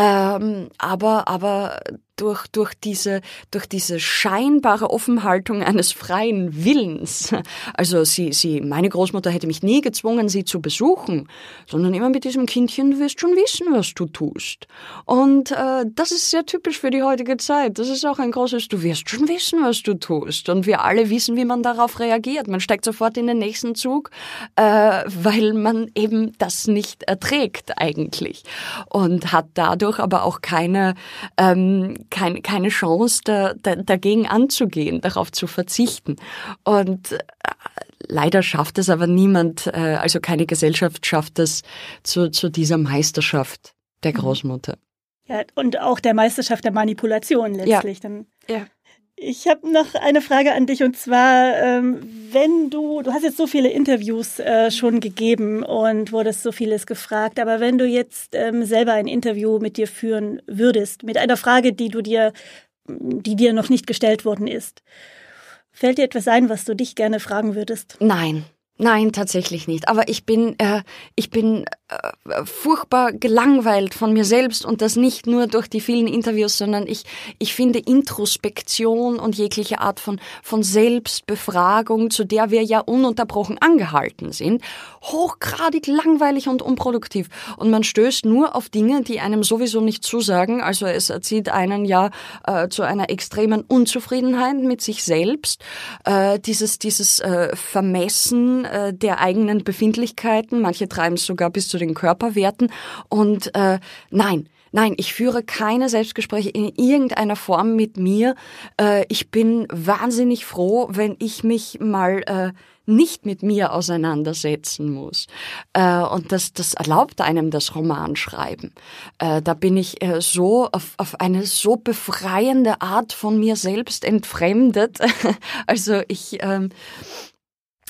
ähm, aber, aber durch, durch diese, durch diese scheinbare Offenhaltung eines freien Willens. Also sie, sie, meine Großmutter hätte mich nie gezwungen, sie zu besuchen, sondern immer mit diesem Kindchen, du wirst schon wissen, was du tust. Und äh, das ist sehr typisch für die heutige Zeit. Das ist auch ein großes, du wirst schon wissen, was du tust. Und wir alle wissen, wie man darauf reagiert. Man steigt sofort in den nächsten Zug, äh, weil man eben das nicht erträgt eigentlich. Und hat dadurch aber auch keine, ähm, Keine, keine Chance, da, da, dagegen anzugehen, darauf zu verzichten. Und äh, leider schafft es aber niemand, äh, also keine Gesellschaft schafft es zu, zu dieser Meisterschaft der Großmutter. Ja, und auch der Meisterschaft der Manipulation letztlich. Ja. Dann. Ja. Ich habe noch eine Frage an dich und zwar, ähm, wenn du, du hast jetzt so viele Interviews äh, schon gegeben und wurdest so vieles gefragt, aber wenn du jetzt ähm, selber ein Interview mit dir führen würdest, mit einer Frage, die du dir, die dir noch nicht gestellt worden ist, fällt dir etwas ein, was du dich gerne fragen würdest? Nein. Nein, tatsächlich nicht. Aber ich bin, äh, ich bin äh, furchtbar gelangweilt von mir selbst und das nicht nur durch die vielen Interviews, sondern ich, ich finde Introspektion und jegliche Art von, von Selbstbefragung, zu der wir ja ununterbrochen angehalten sind, hochgradig langweilig und unproduktiv. Und man stößt nur auf Dinge, die einem sowieso nicht zusagen. Also es erzieht einen ja äh, zu einer extremen Unzufriedenheit mit sich selbst. Äh, dieses, dieses äh, Vermessen der eigenen Befindlichkeiten. Manche treiben es sogar bis zu den Körperwerten. Und äh, nein, nein, ich führe keine Selbstgespräche in irgendeiner Form mit mir. Äh, ich bin wahnsinnig froh, wenn ich mich mal äh, nicht mit mir auseinandersetzen muss. Äh, und das, das erlaubt einem das Romanschreiben. Äh, da bin ich äh, so auf, auf eine so befreiende Art von mir selbst entfremdet. Also ich... Ähm,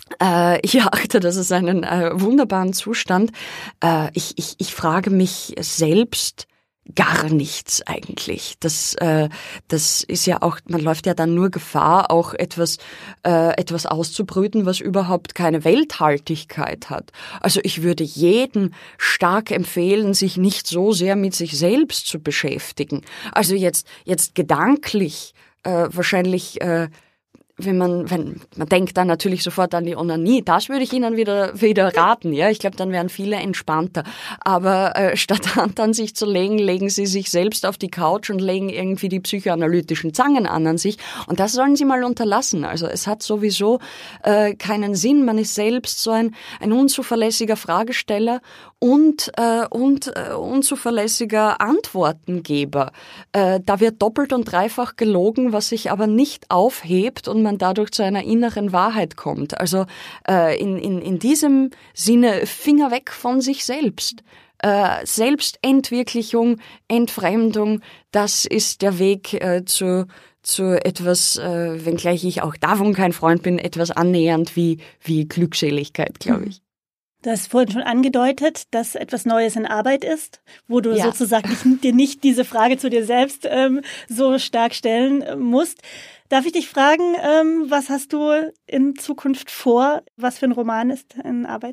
Äh, ich erachte das als einen äh, wunderbaren Zustand. Äh, ich, ich, ich frage mich selbst gar nichts eigentlich. Das, äh, das ist ja auch, man läuft ja dann nur Gefahr, auch etwas, äh, etwas auszubrüten, was überhaupt keine Welthaltigkeit hat. Also ich würde jedem stark empfehlen, sich nicht so sehr mit sich selbst zu beschäftigen. Also jetzt, jetzt gedanklich, äh, wahrscheinlich, äh, wenn man, wenn, man denkt dann natürlich sofort an die Onanie, das würde ich Ihnen wieder, wieder raten, ja. Ich glaube, dann wären viele entspannter. Aber, äh, statt Hand an sich zu legen, legen Sie sich selbst auf die Couch und legen irgendwie die psychoanalytischen Zangen an an sich. Und das sollen Sie mal unterlassen. Also, es hat sowieso, äh, keinen Sinn. Man ist selbst so ein, ein unzuverlässiger Fragesteller und, äh, und, äh, unzuverlässiger Antwortengeber. Äh, da wird doppelt und dreifach gelogen, was sich aber nicht aufhebt und man dadurch zu einer inneren Wahrheit kommt. Also äh, in, in, in diesem Sinne Finger weg von sich selbst. Äh, Selbstentwirklichung, Entfremdung, das ist der Weg äh, zu, zu etwas, äh, wenngleich ich auch davon kein Freund bin, etwas annähernd wie, wie Glückseligkeit, glaube ich. Du hast vorhin schon angedeutet, dass etwas Neues in Arbeit ist, wo du ja. sozusagen nicht, dir nicht diese Frage zu dir selbst ähm, so stark stellen äh, musst. Darf ich dich fragen, ähm, was hast du in Zukunft vor? Was für ein Roman ist in Arbeit?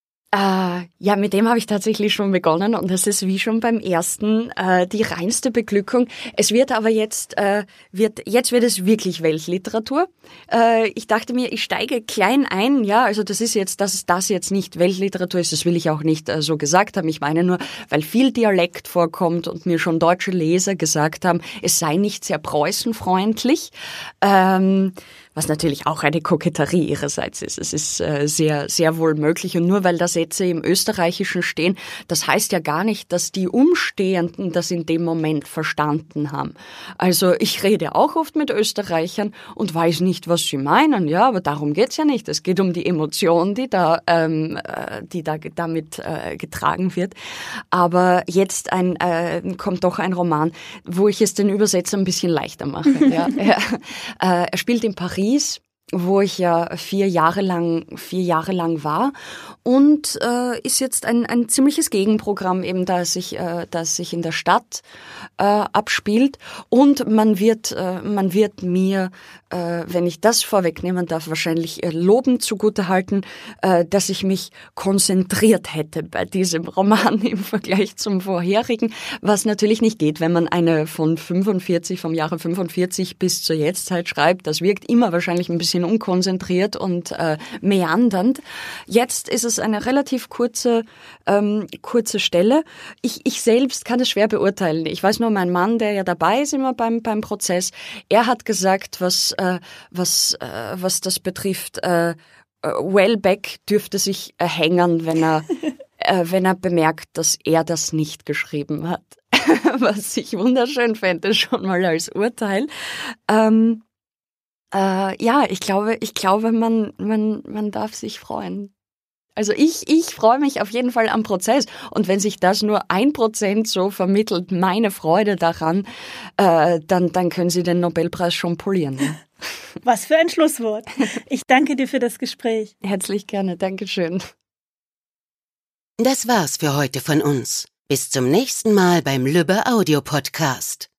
Äh, ja, mit dem habe ich tatsächlich schon begonnen und das ist wie schon beim ersten äh, die reinste Beglückung. Es wird aber jetzt, äh, wird jetzt wird es wirklich Weltliteratur. Äh, ich dachte mir, ich steige klein ein, ja, also das ist jetzt, dass das jetzt nicht Weltliteratur ist, das will ich auch nicht äh, so gesagt haben. Ich meine nur, weil viel Dialekt vorkommt und mir schon deutsche Leser gesagt haben, es sei nicht sehr preußenfreundlich. Ähm, was natürlich auch eine Koketterie ihrerseits ist. Es ist äh, sehr, sehr wohl möglich. Und nur weil da Sätze im Österreichischen stehen, das heißt ja gar nicht, dass die Umstehenden das in dem Moment verstanden haben. Also ich rede auch oft mit Österreichern und weiß nicht, was sie meinen. Ja, aber darum geht's ja nicht. Es geht um die Emotion, die da, ähm, die da damit äh, getragen wird. Aber jetzt ein, äh, kommt doch ein Roman, wo ich es den Übersetzer ein bisschen leichter mache. Ja. er, äh, er spielt in Paris, wo ich ja vier Jahre lang, vier Jahre lang war und äh, ist jetzt ein, ein ziemliches Gegenprogramm eben, da es sich, äh, da es sich in der Stadt äh, abspielt und man wird, äh, man wird mir, äh, wenn ich das vorwegnehmen darf, wahrscheinlich äh, lobend zugutehalten, äh, dass ich mich konzentriert hätte bei diesem Roman im Vergleich zum vorherigen, was natürlich nicht geht, wenn man eine von fünfundvierzig, vom Jahre fünfundvierzig bis zur Jetztzeit schreibt. Das wirkt immer wahrscheinlich ein bisschen unkonzentriert und äh, meandernd. Jetzt ist es eine relativ kurze ähm, kurze Stelle. Ich, ich selbst kann es schwer beurteilen. Ich weiß nur, mein Mann, der ja dabei ist immer beim beim Prozess, er hat gesagt, was äh, was äh, was das betrifft, äh, Welbeck dürfte sich erhängen, wenn er äh, wenn er bemerkt, dass er das nicht geschrieben hat. Was ich wunderschön fände, schon mal als Urteil. Ähm, Äh, ja, ich glaube, ich glaube, man, man, man darf sich freuen. Also ich, ich freue mich auf jeden Fall am Prozess. Und wenn sich das nur ein Prozent so vermittelt, meine Freude daran, äh, dann, dann können Sie den Nobelpreis schon polieren. Ne? Was für ein Schlusswort. Ich danke dir für das Gespräch. Herzlich gerne, Dankeschön. Das war's für heute von uns. Bis zum nächsten Mal beim Lübbe Audio Podcast.